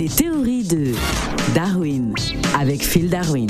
Les théories de Darwin avec Phil Darwin.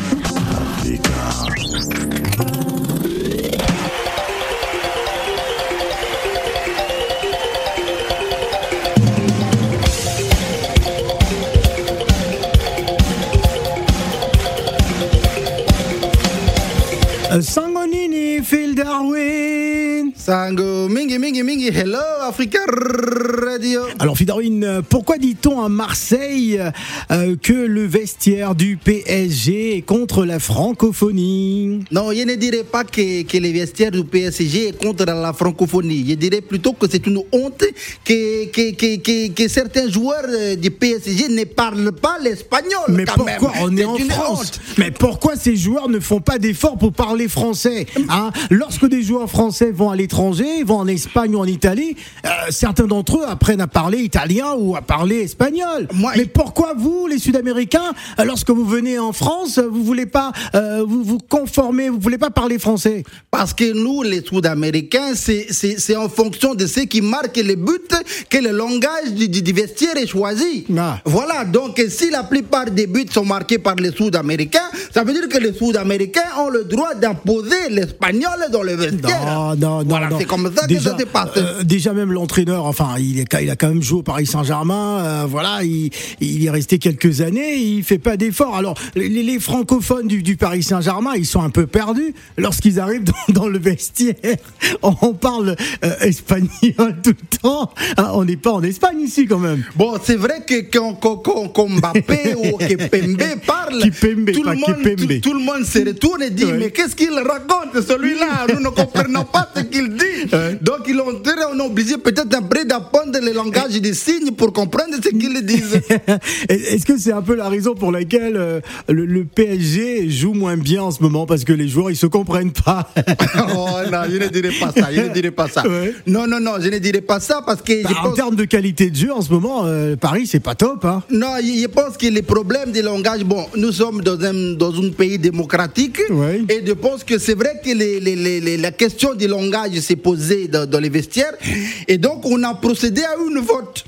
Sango Nini, Phil Darwin. Sango Mingi Mingi Mingi, hello Africa Radio. Alors Phil Darwin, pourquoi dit-on à Marseille que le vestiaire du PSG est contre la francophonie? Non, je ne dirais pas que le vestiaire du PSG est contre la francophonie. Je dirais plutôt que c'est une honte que certains joueurs du PSG ne parlent pas l'espagnol. Mais quand pourquoi même. on est en France? Mais pourquoi ces joueurs ne font pas d'efforts pour parler français, hein? Lorsque des joueurs français vont à l'étranger, vont en Espagne ou en Italie, certains d'entre eux apprennent à parler italien ou à parler espagnol. Mais pourquoi vous, les Sud-Américains, lorsque vous venez en France, vous voulez pas vous conformer, vous voulez pas parler français? Parce que nous, les Sud-Américains, c'est en fonction de ce qui marque les buts que le langage du vestiaire est choisi. Voilà, donc si la plupart des buts sont marqués par les Sud-Américains, ça veut dire que les Sud-Américains ont le droit d'imposer l'espagnol dans le vestiaire. Non, voilà, c'est comme ça que ça se passe. Déjà même l'entraîneur, enfin, il a quand même joué au Paris Saint-Germain. Voilà, il est resté quelques années. Il fait pas d'efforts. Alors les francophones du Paris Saint-Germain, ils sont un peu perdus lorsqu'ils arrivent dans le vestiaire. On parle espagnol tout le temps. On n'est pas en Espagne ici quand même. Bon, c'est vrai que quand Mbappé ou Kipembe parle, tout le monde se retourne et dit mais qu'est-ce qu'il raconte celui-là? Nous ne comprenons pas ce qu'il dit. Donc on est obligé peut-être après d'apprendre le langage des signes pour comprendre ce qu'ils disent. Est-ce que c'est un peu la raison pour laquelle le PSG joue moins bien en ce moment, parce que les joueurs ils se comprennent pas? Oh non, je ne dirais pas ça. Non, je ne dirais pas ça parce que en termes de qualité de jeu en ce moment, Paris c'est pas top, hein? Non, je pense que les problèmes de langage, bon, nous sommes dans un pays démocratique, et je pense que c'est vrai que la question du langage s'est posée dans les vestiaires, et donc on a procédé à une vote.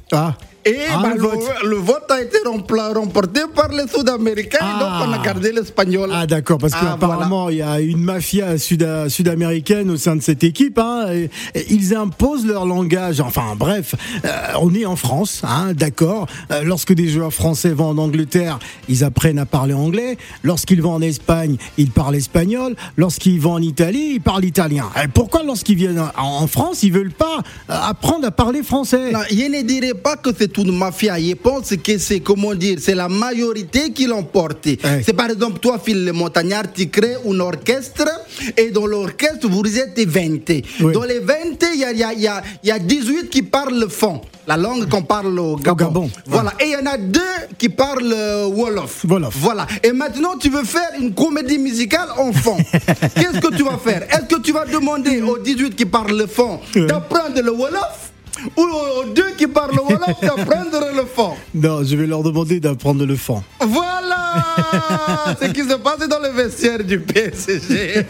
Le vote a été remporté par les Sud-Américains, et donc on a gardé l'espagnol. Ah d'accord, parce qu'apparemment il y a une mafia sud-américaine au sein de cette équipe, hein, et ils imposent leur langage. Enfin bref, on est en France, hein, d'accord. Lorsque des joueurs français vont en Angleterre, ils apprennent à parler anglais. Lorsqu'ils vont en Espagne, ils parlent espagnol. Lorsqu'ils vont en Italie, ils parlent italien. Et pourquoi lorsqu'ils viennent en France, ils veulent pas apprendre à parler français? Non, je ne dirais pas que c'est une mafia. Je pense que c'est la majorité qui l'emporte. C'est par exemple toi, Phil le Montagnard, tu crées un orchestre, et dans l'orchestre vous êtes 20. Dans les 20, il y a 18 qui parlent le fond, la langue qu'on parle au Gabon. Voilà. Et il y en a 2 qui parlent Wolof. Voilà. Et maintenant tu veux faire une comédie musicale en fond. Qu'est-ce que tu vas faire? Est-ce que tu vas demander aux 18 qui parlent le fond d'apprendre le Wolof, ou aux 2 qui parlent Wolof d'apprendre le fond? Non, je vais leur demander d'apprendre le fond. Voilà ce qui se passe dans le vestiaire du PSG.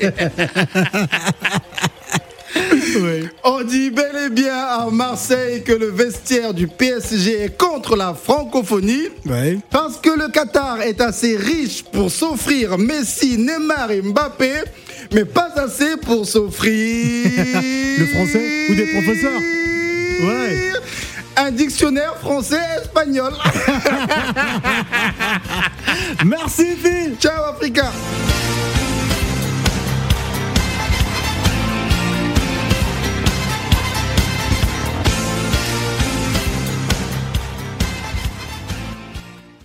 On dit bel et bien à Marseille que le vestiaire du PSG est contre la francophonie, parce que le Qatar est assez riche pour s'offrir Messi, Neymar et Mbappé, mais pas assez pour s'offrir le français ou des professeurs. Un dictionnaire français-espagnol. Merci Phil. Ciao Africa.